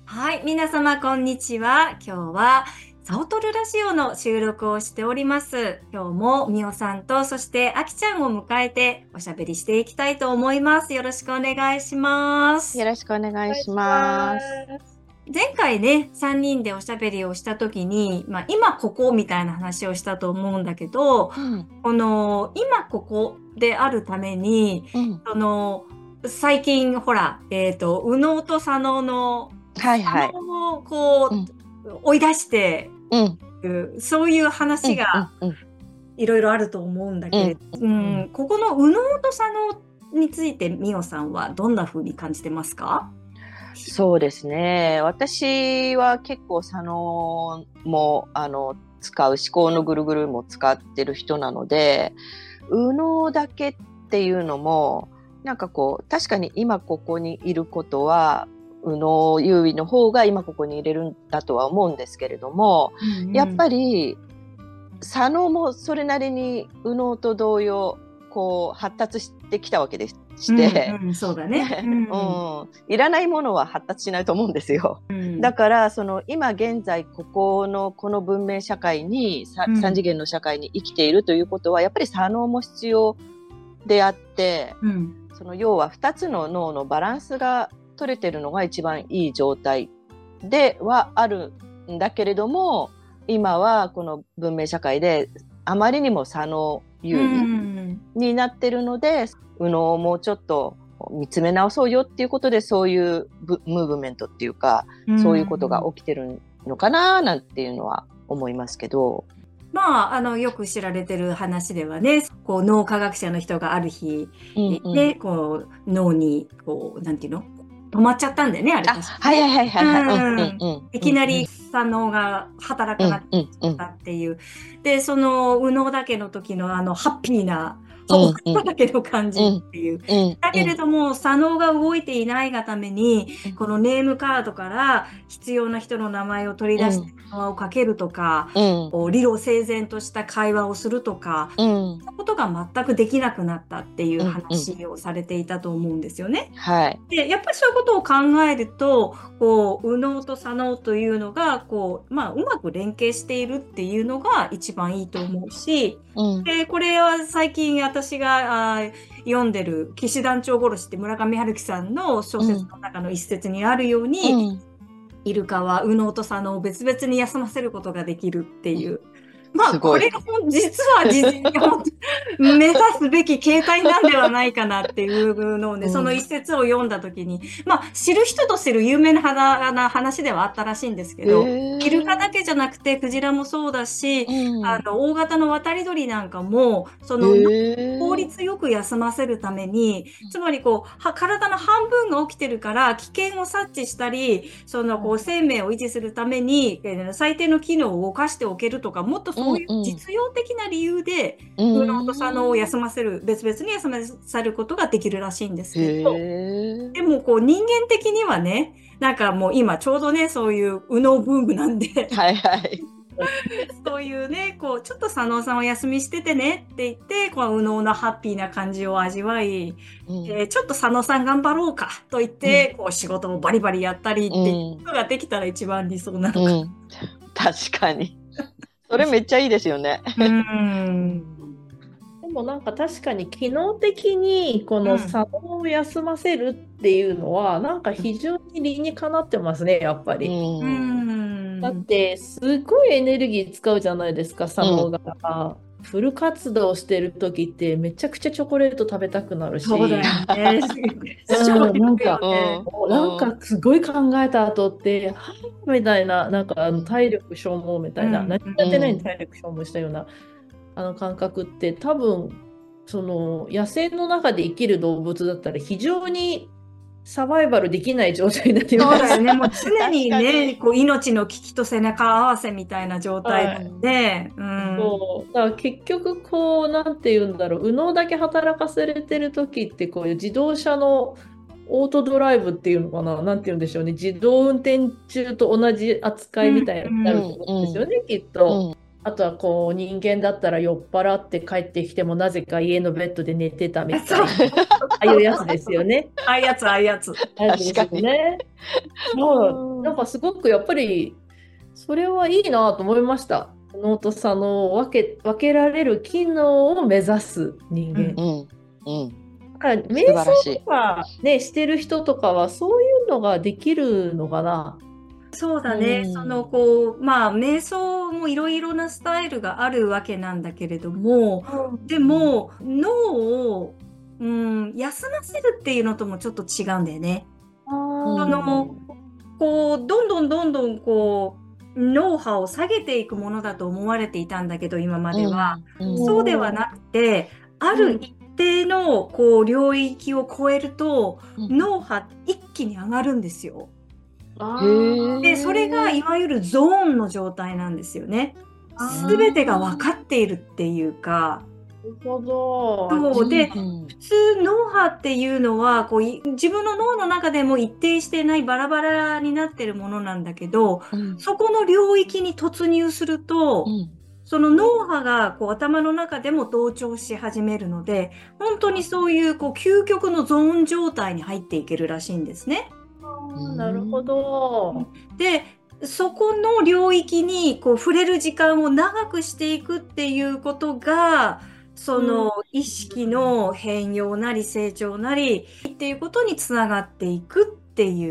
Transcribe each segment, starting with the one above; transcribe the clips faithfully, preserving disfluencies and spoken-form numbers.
はい、皆様こんにちは。今日はサオトルラジオの収録をしております。今日もみおさんとそしてあきちゃんを迎えておしゃべりしていきたいと思います。よろしくお願いします。 よろしくお願いしお願いします。 ます。 前回ね、さんにんでおしゃべりをした時に、まあ今ここみたいな話をしたと思うんだけど、 うん、 この今ここであるために、 うん、 その最近ほら、えっと、右脳と左脳のはいはい。 左脳をこううん、 追い出してうん、 いうそういううん、う話がん、うん、 いろいろあると思うんだうん、 けれど、ううん。 ん、ここの右脳と左脳についてみおさんはどんな風に感じてますか？ そうですね。私は結構左脳もあの使う思考のぐるぐるも使ってる人なので、右脳だけっていうのもなんかこう確かに今ここにいることは右脳優位の方が今ここに入れるんだとは思うんですけれども、 うんうん。 やっぱり左脳もそれなりに右脳と同様こう発達してきたわけでしうんて、 うん、そうだね。うね、うん。 ん、いらないものは発達しないと思うんですよ。 うん。 だからその今現在ここのこの文明社会にさうん。 三次元の社会に生きているということはやっぱり左脳も必要であって、 うん。 その要はふたつの脳のバランスが取れてるのが一番いい状態ではあるんだけれども、今はこの文明社会であまりにも左脳う優位ん。 になってるので、右脳をもうちょっと見つめ直そうよっていうことで、そういうムーブメントっていうか、 うそういうことがん。 起きてるのかななんていうのは思いますけど。 まあ、あの、よく知られてる話ではね、こう、脳科学者の人がある日、 うんうん。 ね、こう、脳に、こう、なんていうの止まっちゃったんだよね、あれあ、 確かはいはいね。 はいはいはい。うんうんうん。 うんいきなりうんうん左脳が働かなくうんうんうんなったっていう。で、その、右脳だけの時のあの、ハッピーな、ほうんうんだけの感じっうんていう。 うんだけれうんども、左脳が動いていないがために、 うんこのネームカードから必要な人の名前を取り出してうん電話をかけるとか、 うんこう理路整然とした会話をするとか、 うんそんなことが全くできなくなったっていううんうん。 話をされていたと思うんですよね。 はい。 で、やっぱりそういうことを考えると、こう、右脳と左脳というのが、こう、まあ、うまく連携しているっていうのが一番いいと思うし、 うんで、これは最近私があー読んでる騎士団長殺しって村上春樹さんの小うん説の中の一節にあるよううに、 ん。 イルカは右脳と左脳を別々に休ませることができるっていう。まあ、 すごい。 これがほん実は実本当目指すべき形態なんではないかなっていうのをね、その一うん。 節を読んだときに、まあ、知る人と知る有名な話な話ではあったらしいんですけへど、イルカだえ。 けじゃなくて、クジラもそうだし、 うん。 あの、大型の渡り鳥なんかも、そへの、効え。 率よく休ませるために、つまりこう、は体の半分が起きてるから、危険を察知したり、そのこう生命を維持するために、えー最低の機能を動かしておけるとか、もっとうそういうんうん実用的な理由で、 う右脳と左脳をん。 休ませる、別々に休ませることができるらしいんですへけど、でえ。 もこう人間的にはね、なんかもう今ちょうどね、そういう右脳ブームなんで、 はいはい。 そういうね、こう、ちょっと左脳さんお休みしててねって言って、こう、右脳のハッピーな感じを味わい、 うん、 えーちょっと左脳さん頑張ろうかと言っうん、 て、こう、仕事もバリバリやったりうっていうん、 のができたら一番理想なのか。 うん。確かに。それめっちゃいいですよね。 うーうん。 ん。でもなんか確かに機能的にこのうん。 左脳を休ませるっていうのはなんか非常に理にかなってますね、やっぱうり。 うーん、 だっん。 てすごいエネルギー使うじゃないですか、 うん、 左脳が。フル活動してる時ってめちゃくちゃチョコレート食べたくなるそうだし、 よね。そううん、なんか、 ようね。 ん、 なんうん、 かすごい考えた後って、はぁみたいな、なんかあの体力消耗みたいな、 うん。 何うん。 やってないにうん、 体力消耗したようなあの感覚って多分、その野生の中で生きる動物だったら非常にサバイバルできない状態になります。 そうだよね。もう常確にね、 かに。 こう、命の危機と背中合わせみたいな状態なはい。 ので、ううん、 ん。 そう。だから結局、こう、なんて言うんだろう、右脳だけ働かされてる時って、こういう自動車のオートドライブっていうのかな、なんて言うんでしょうね、自動運転中と同じ扱いみうん。 たいになうん。 ると思うんですうん、 よね、きっと。 うん、 あとは、こう、人間だったら酔っ払って帰ってきても、なぜか家のベッドで寝てたみそう。 たいな。 あいうやつですよね。 ああいうやつ、ああいうやつ。 ああいうやつですよね。そう、なんかすごくやっぱり、それはいいなと思いました。右脳と左脳を分け、分けられる機能を目指す人間。 うんうんだから素瞑晴らしい想とかね、してる人とかはそういうのができるのかな。 そうだね。 うんその、こう、まあ、瞑想もいろいろなスタイルがあるわけなんだけれども、でも、脳を、うん、休ませるっていうのともちょっと違うんだよね。 あそーの、こう、どんどんどんどん、こう、脳波を下げていくものだと思われていたんだけど、今までは。 うんうんそうではなくて、ある一定の、こう、領域を超えると、 うん脳波一気に上がるんですよ。 あへーで、それがいわゆるゾーンの状態なんですよね。 ーすべてが分かっているっていうか、 なるほど。 そうで、 うん普通脳波っていうのはこうい自分の脳の中でも一定してないバラバラになってるものなんだけど、 うんそこの領域に突入すると、 うんその脳波がこう頭の中でも同調し始めるので、本当にそういうこう究極のゾーン状態に入っていけるらしいんですね。 あーなるほど。 で、そこの領域にこう触れる時間を長くしていくっていうことが、その意識の変容なり成長なりっていうことにつながっていくっていう。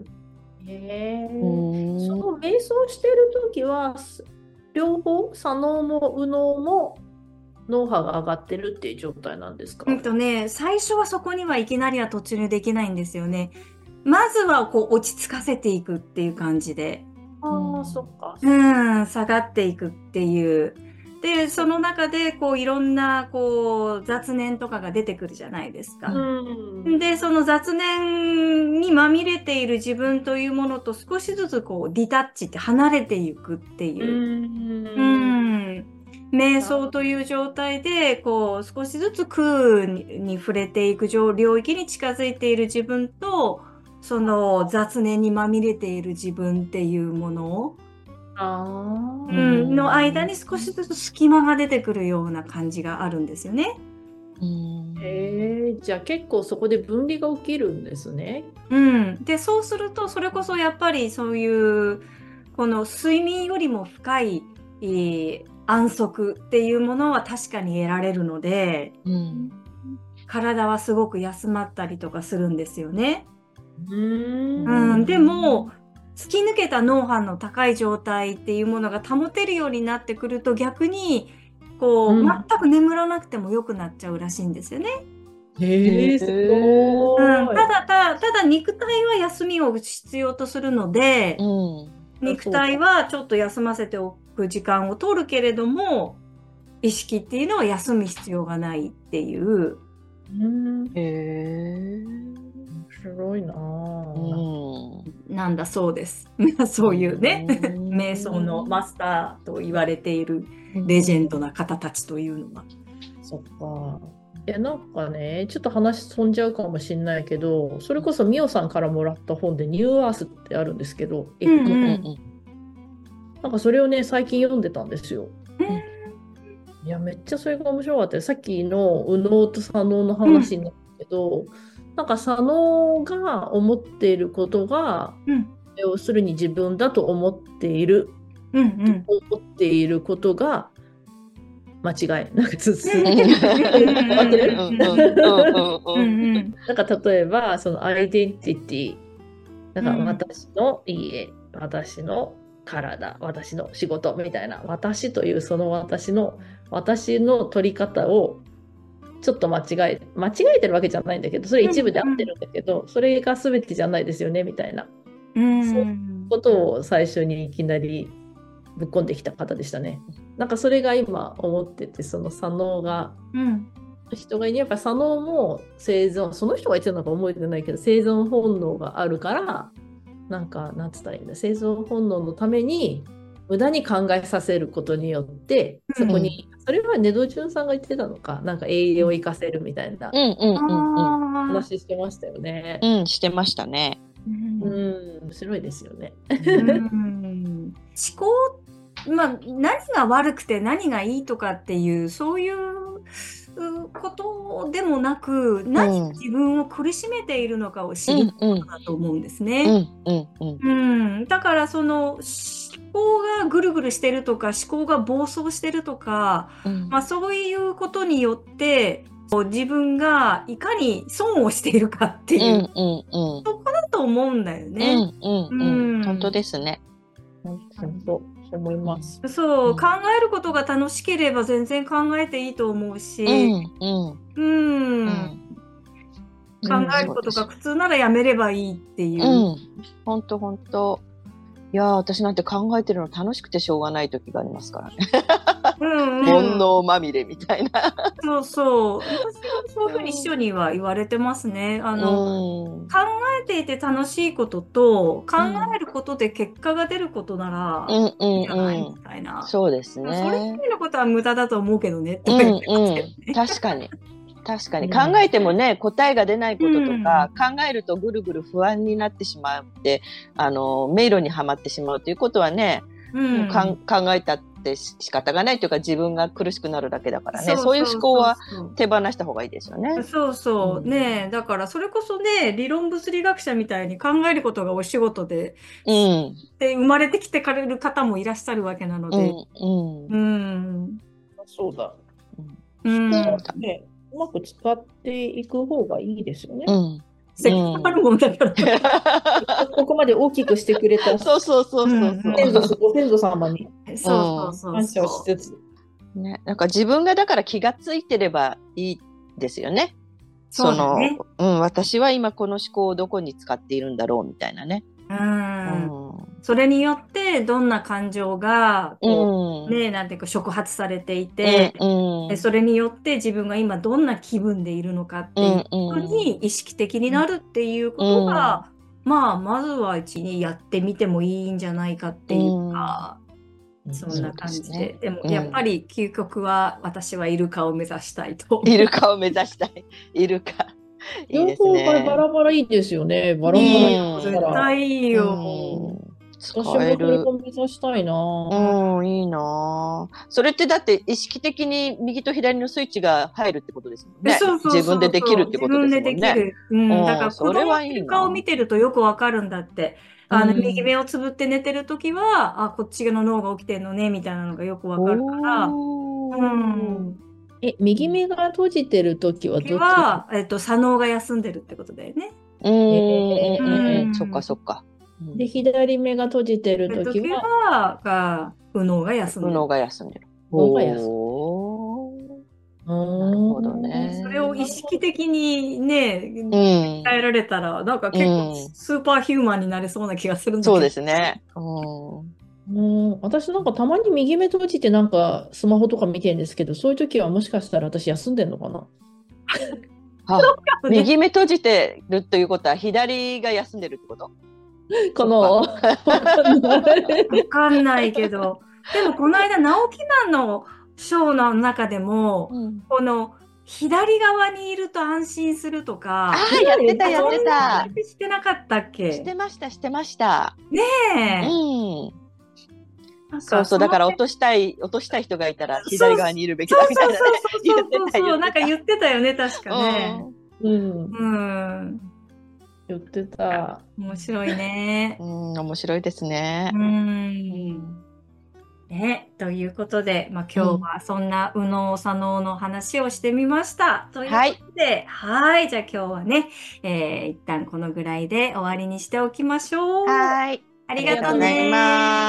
へーうんその瞑想してるときは、す両方、左脳も右脳も脳波が上がってるっていう状態なんですか？ うんとね、最初はそこにはいきなりは突入できないんですよね。まずはこう落ち着かせていくっていう感じで。 ああ、そっか。 うん、下がっていくっていう。で、その中で、こう、いろんな、こう、雑念とかが出てくるじゃないですか。 うん。 で、その雑念にまみれている自分というものと少しずつ、こう、ディタッチって離れていくっていう。 うんうん。瞑想という状態で、こう、少しずつ空に、に触れていく上領域に近づいている自分と、その雑念にまみれている自分っていうもの、 あうーん、の間に少しずつ隙間が出てくるような感じがあるんですよね。 うんへえ、じゃあ結構そこで分離が起きるんですね。 うん。で、そうすると、それこそやっぱりそういう、この睡眠よりも深い、えー安息っていうものは確かに得られるので、 うん体はすごく休まったりとかするんですよね。 うんうん、でも、突き抜けた脳波の高い状態っていうものが保てるようになってくると逆に、こう、 うん全く眠らなくても良くなっちゃうらしいんですよね。 へえ、すごうん、 い。 ただ、た、ただ肉体は休みを必要とするので、 うん肉体はちょっと休ませておく時間を取るけれども、意識っていうのは休む必要がないっていう。 うん、 へえ面白いなうぁ。 んなんだそうです。そういうね、 うん瞑想のマスターと言われているレジェンドな方たちというのは。 そっか。いや、なんかね、ちょっと話飛んじゃうかもしれないけど、それこそミオさんからもらった本でニューアースってあるんですけど、えっとうんうんなんかそれをね、最近読んでたんですよ。 うんいや、めっちゃそれが面白かったよ。さっきの右脳と左脳の話になったけど、なんか左脳が思っていることが、 うん要するに自分だと思っている、 うんうん思っていることが間違い。なんかつつ、 うん合ってるうんうんうんううんんうんなんか例えば、そのアイデンティティ、なんかうん私の家、私の体、私の仕事みたいな、私というその私の、私の取り方をちょっと間違え、間違えてるわけじゃないんだけど、それ一部で合ってるんだけど、それが全てじゃないですよね、みたいなうんそうことを最初にいきなりぶっ込んできた方でしたね。なんかそれが今思ってて、その左脳が、 うん人がいるやっぱ左脳も生存、その人が言ってたのか覚えてないけど、生存本能があるから、なんか、なんつったらいいんだ、生存本能のために、無駄に考えさせることによって、そこに、それは根戸潤さんが言ってたのか、なんか栄養を生かせるみたいなうんうんうんうんあー話してましたよね。 うんしてましたね。 うんうん、面白いですよね。 うん思考、まあ、何が悪くて何がいいとかっていうそういううことでもなく、何が自分を苦しめているのかを知ることだと思うんですうね。 んうんうんうん、だからその思考がぐるぐるしてるとか思考が暴走してるとか、 うんまあ、そういうことによってこう自分がいかに損をしているかってういう、 んうんうんそこだと思うんだようね。 んうんううんん本当ですね。 本当、そう思います。 そう、 うん考えることが楽しければ全然考えていいと思ううし、 んうんうん、 うん考えることが苦痛ならやめればいいっていう。 うん本当本当。いやー私なんて考えてるの楽しくてしょうがない時がありますからね。 うんうん煩悩まみれみたいな。 そうそう。私もそういうふうに秘書には言われてますね。あの、 うん考えていて楽しいことと、考えることで結果が出ることなら、 うんういいんじゃないんうんみたいな。 そうですそれ以ね。 外のことは無駄だと思うけどね、とうんか言ってますけどうんね。 確かに確かにうん考えてもね答えが出ないこととか、考えるとぐるぐる不安になってしまってあの迷路にはまってしまうということはね、 うんもうかん考えたってし仕方がないというか自分が苦しくなるだけだからね、 そうそういう思考はそう手放した方がいいですよね。 そうそううんねえ、だからそれこそね、理論物理学者みたいに考えることがお仕事で、 うんで生まれてきてかれる方もいらっしゃるわけなので、 うんうんうん、 そうだ。 うん、 そうだね、うまく使っていく方がいいですよね。 うんせっかくあるもんだから。 ここまで大きくしてくれたそうそうそうそうそう、 うん先祖ご先祖様にそうそうそう感謝をそう。 しつつ。 ね、なんか自分がだから気がついてればいいですよね。 そうだねその、うん、私は今この思考をどこに使っているんだろうみたいなね。 う。 うんん。 それによってどんな感情がこう、 うん。 ね、なんていうか触発されていて、 うん。 でそれによって自分が今どんな気分でいるのかっていうことに意識的になるっていうことが、まあまずは一にやってみてもいいんじゃないかっていうか、そんな感じで。 そうですねでもうんやっぱり究極は私はイルカを目指したいと。 イルカを目指したい。イルカ。いい両です方バね。 ラバラいいですよね。バラバラいいいいよ、絶から。 対いいよ。 うん使私もえるそれを。目指したいな。 うん、いいなぁ。それってだって意識的に右と左のスイッチが入るってことですもんね。 そうそうそうそう自分でできるってことですもん自分でできね。 る。うん、 うんだから子それ供はいいなの顔を見てるとよくわかるんだって。あの、 うん右目をつぶって寝てるときは、あ、こっちの脳が起きてんのね、みたいなのがよくわかるから。 おーうん。 え、右目が閉じてるときはどっ時ち？ は、えっと、左脳が休んでるってことだよね。 うんうんうんううんん。そっかそっか。うんで、左目が閉じてるとき時は、 は、が、右脳が休んでる右脳。が休んでる。 脳が休んでるおーななるほどねそれを意識的にね、 うん変えられたら、なんか結構うんスーパーヒューマンになれそうな気がするんだけど。 そうですね。うんうん、私なんかたまに右目閉じてなんかスマホとか見てるんですけど、そういうときはもしかしたら私休んでんのかな？ あ、右目閉じてるということは左が休んでるってことかな？わかんない。 わかんないけど。でもこの間、直木マンのショーの中でも、 うんこの左側にいると安心するとあか、 あ、やってた、やってた。 話してなかったっけ？ してました、してました。 ねえ。 うん。 なんかそうそう、だからの落としたい、落としたい人がいたらそう左側にいるべきそうそうだみたいなね。 そう言そうそうそう、 ってた言ってたなんか言ってたよね、確かね。 うん、 うん。 言ってた。 面白いね。 うん、うん面白いですねう。ん。ね、ということで、まあ、今日はそんな右脳左脳の話をしてみました。ということで、はい、じゃあ今日はね、えー一旦このぐらいで終わりにしておきましょう。 はい。 ありがとうありがとうございね。 ます。